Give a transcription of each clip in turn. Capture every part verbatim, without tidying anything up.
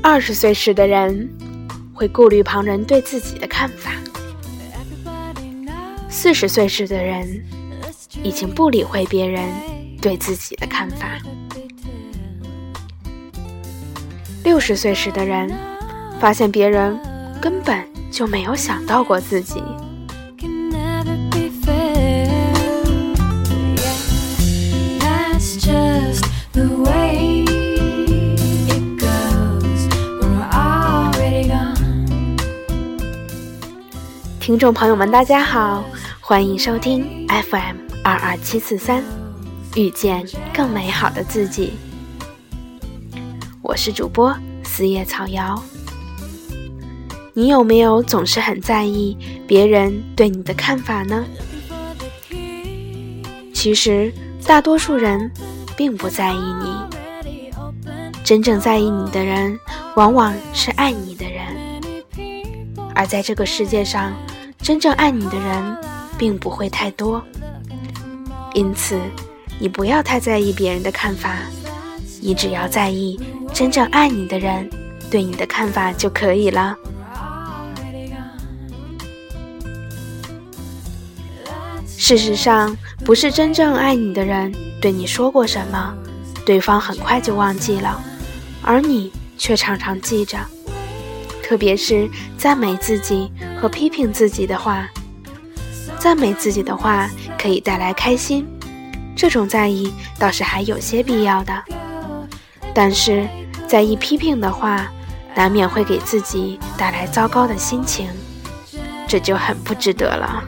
二十岁时的人会顾虑旁人对自己的看法，四十岁时的人已经不理会别人对自己的看法，六十岁时的人发现别人根本就没有想到过自己。听众朋友们大家好，欢迎收听 F M 二二七四三，遇见更美好的自己。我是主播四叶草瑶。你有没有总是很在意别人对你的看法呢？其实大多数人并不在意你，真正在意你的人往往是爱你的人，而在这个世界上真正爱你的人并不会太多，因此你不要太在意别人的看法，你只要在意真正爱你的人对你的看法就可以了。事实上，不是真正爱你的人对你说过什么，对方很快就忘记了，而你却常常记着。特别是赞美自己和批评自己的话，赞美自己的话可以带来开心，这种在意倒是还有些必要的。但是在意批评的话，难免会给自己带来糟糕的心情，这就很不值得了。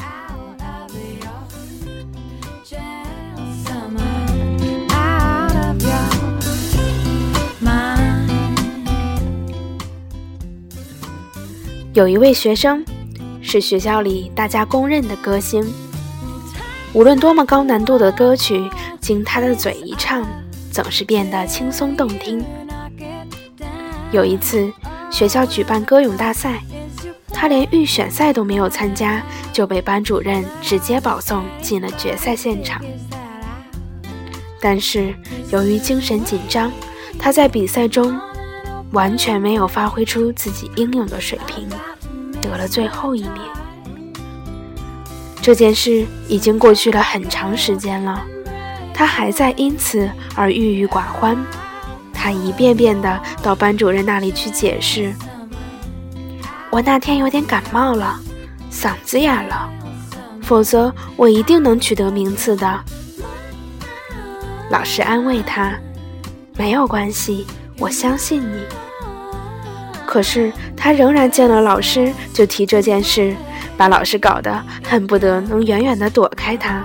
有一位学生是学校里大家公认的歌星，无论多么高难度的歌曲，经他的嘴一唱，总是变得轻松动听。有一次学校举办歌咏大赛，他连预选赛都没有参加，就被班主任直接保送进了决赛现场。但是由于精神紧张，他在比赛中完全没有发挥出自己应有的水平，得了最后一名。这件事已经过去了很长时间了，他还在因此而郁郁寡欢。他一遍遍地到班主任那里去解释，我那天有点感冒了，嗓子哑了，否则我一定能取得名次的。老师安慰他，没有关系，我相信你。可是他仍然见了老师就提这件事，把老师搞得恨不得能远远地躲开他。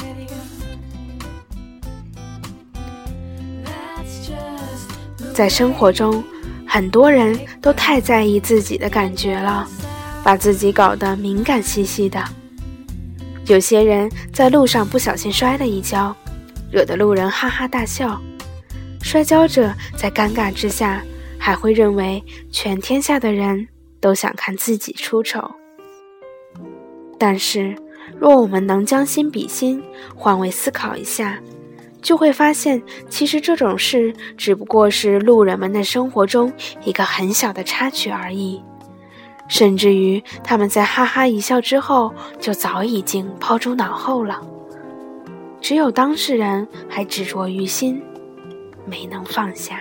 在生活中，很多人都太在意自己的感觉了，把自己搞得敏感兮兮的。有些人在路上不小心摔了一跤，惹得路人哈哈大笑，摔跤者在尴尬之下还会认为全天下的人都想看自己出丑。但是若我们能将心比心，换位思考一下，就会发现其实这种事只不过是路人们的生活中一个很小的插曲而已，甚至于他们在哈哈一笑之后就早已经抛诸脑后了，只有当事人还执着于心，没能放下。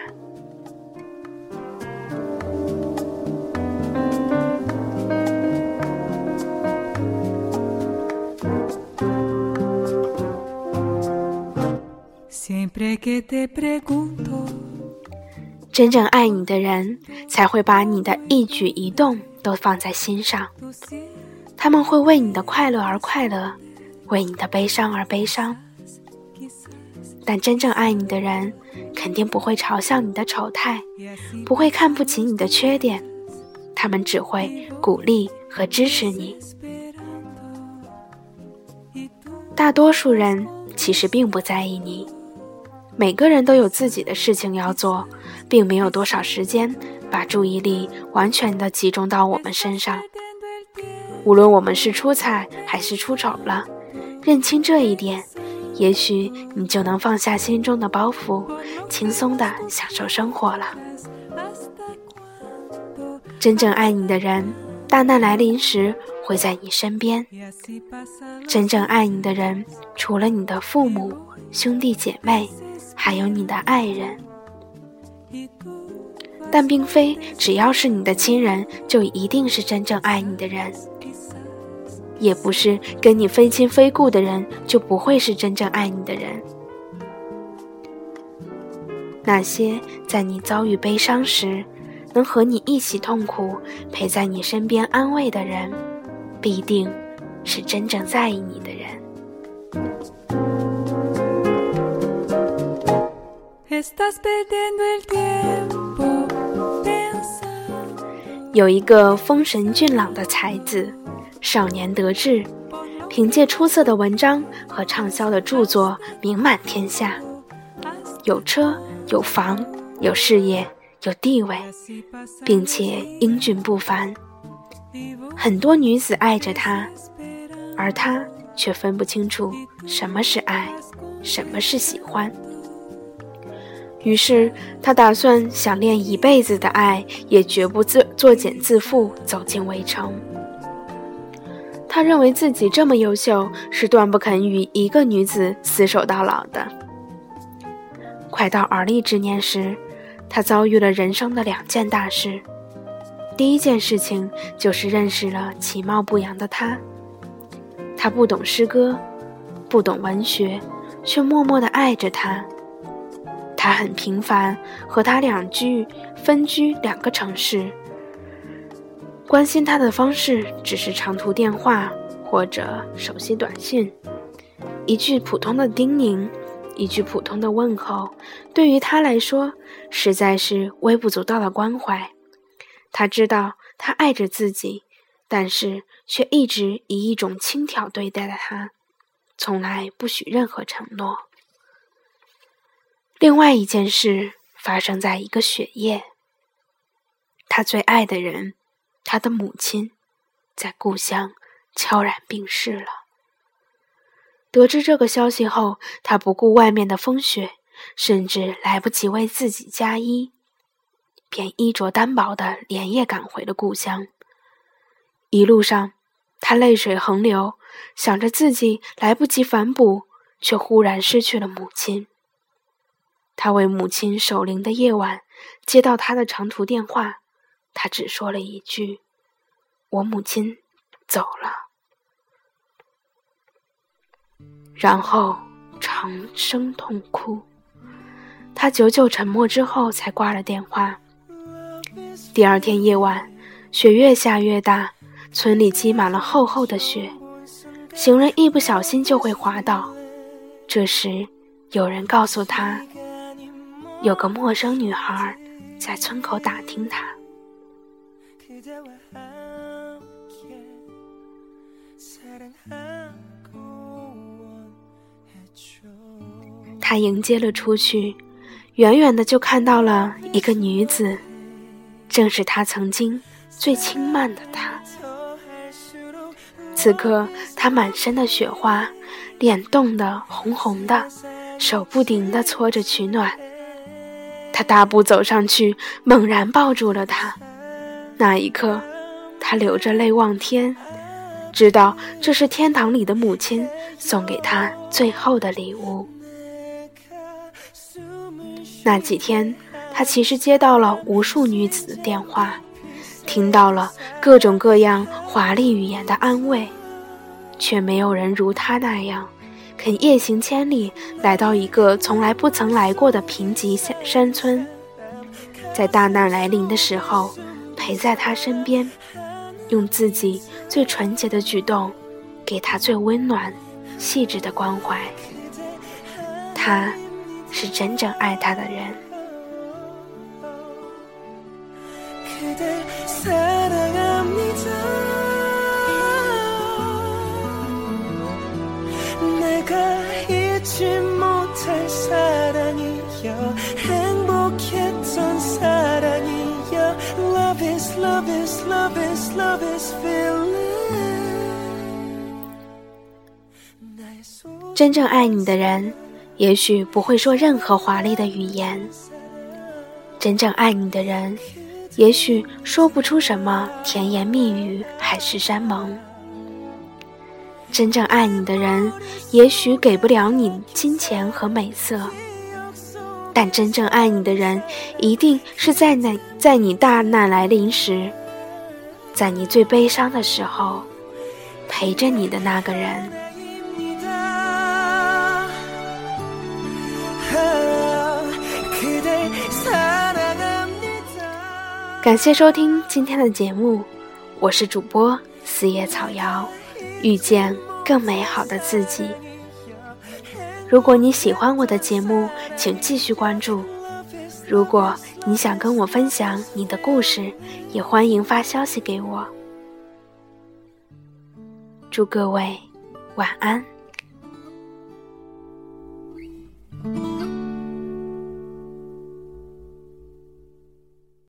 真正爱你的人才会把你的一举一动都放在心上，他们会为你的快乐而快乐，为你的悲伤而悲伤。但真正爱你的人肯定不会嘲笑你的丑态，不会看不起你的缺点，他们只会鼓励和支持你。大多数人其实并不在意你，每个人都有自己的事情要做，并没有多少时间把注意力完全的集中到我们身上。无论我们是出彩还是出丑了，认清这一点，也许你就能放下心中的包袱，轻松地享受生活了。 真正爱你的人，大难来临时会在你身边。真正爱你的人，除了你的父母、兄弟姐妹，还有你的爱人。但并非只要是你的亲人，就一定是真正爱你的人，也不是跟你非亲非故的人，就不会是真正爱你的人。那些在你遭遇悲伤时，能和你一起痛苦，陪在你身边安慰的人，必定是真正在意你的人。有一个风神俊朗的才子，少年得志，凭借出色的文章和畅销的著作名满天下，有车有房有事业有地位，并且英俊不凡。很多女子爱着他，而他却分不清楚什么是爱，什么是喜欢。于是他打算想恋一辈子的爱，也绝不自作茧自缚，走进围城。他认为自己这么优秀，是断不肯与一个女子厮守到老的。快到而立之年时，他遭遇了人生的两件大事。第一件事情就是认识了其貌不扬的他。他不懂诗歌，不懂文学，却默默地爱着他。他很平凡，和他两居分居两个城市，关心他的方式只是长途电话或者手机短信，一句普通的叮咛，一句普通的问候，对于他来说实在是微不足道的关怀。他知道他爱着自己，但是却一直以一种轻佻对待他，从来不许任何承诺。另外一件事发生在一个雪夜，他最爱的人，他的母亲，在故乡悄然病逝了。得知这个消息后，他不顾外面的风雪，甚至来不及为自己加衣，便衣着单薄地连夜赶回了故乡。一路上，他泪水横流，想着自己来不及反哺，却忽然失去了母亲。他为母亲守灵的夜晚，接到他的长途电话，他只说了一句：“我母亲走了。”然后长声痛哭。他久久沉默之后才挂了电话。第二天夜晚，雪越下越大，村里积满了厚厚的雪，行人一不小心就会滑倒。这时有人告诉他，有个陌生女孩在村口打听他。他迎接了出去，远远的就看到了一个女子，正是他曾经最轻慢的他。此刻他满身的雪花，脸冻得红红的，手不停地搓着取暖。他大步走上去，猛然抱住了她。那一刻，他流着泪望天，知道这是天堂里的母亲送给他最后的礼物。那几天，他其实接到了无数女子的电话，听到了各种各样华丽语言的安慰，却没有人如他那样肯夜行千里，来到一个从来不曾来过的贫瘠山村，在大难来临的时候陪在他身边，用自己最纯洁的举动给他最温暖细致的关怀。他是真正爱他的人。真正爱你的人，也许不会说任何华丽的语言。真正爱你的人， 也许说不出什么甜言蜜语、海誓山盟。真正爱你的人，也许给不了你金钱和美色，但真正爱你的人，一定是在你在你大难来临时，在你最悲伤的时候，陪着你的那个人。感谢收听今天的节目，我是主播四叶草瑶，遇见更美好的自己。如果你喜欢我的节目，请继续关注。如果你想跟我分享你的故事，也欢迎发消息给我。祝各位晚安。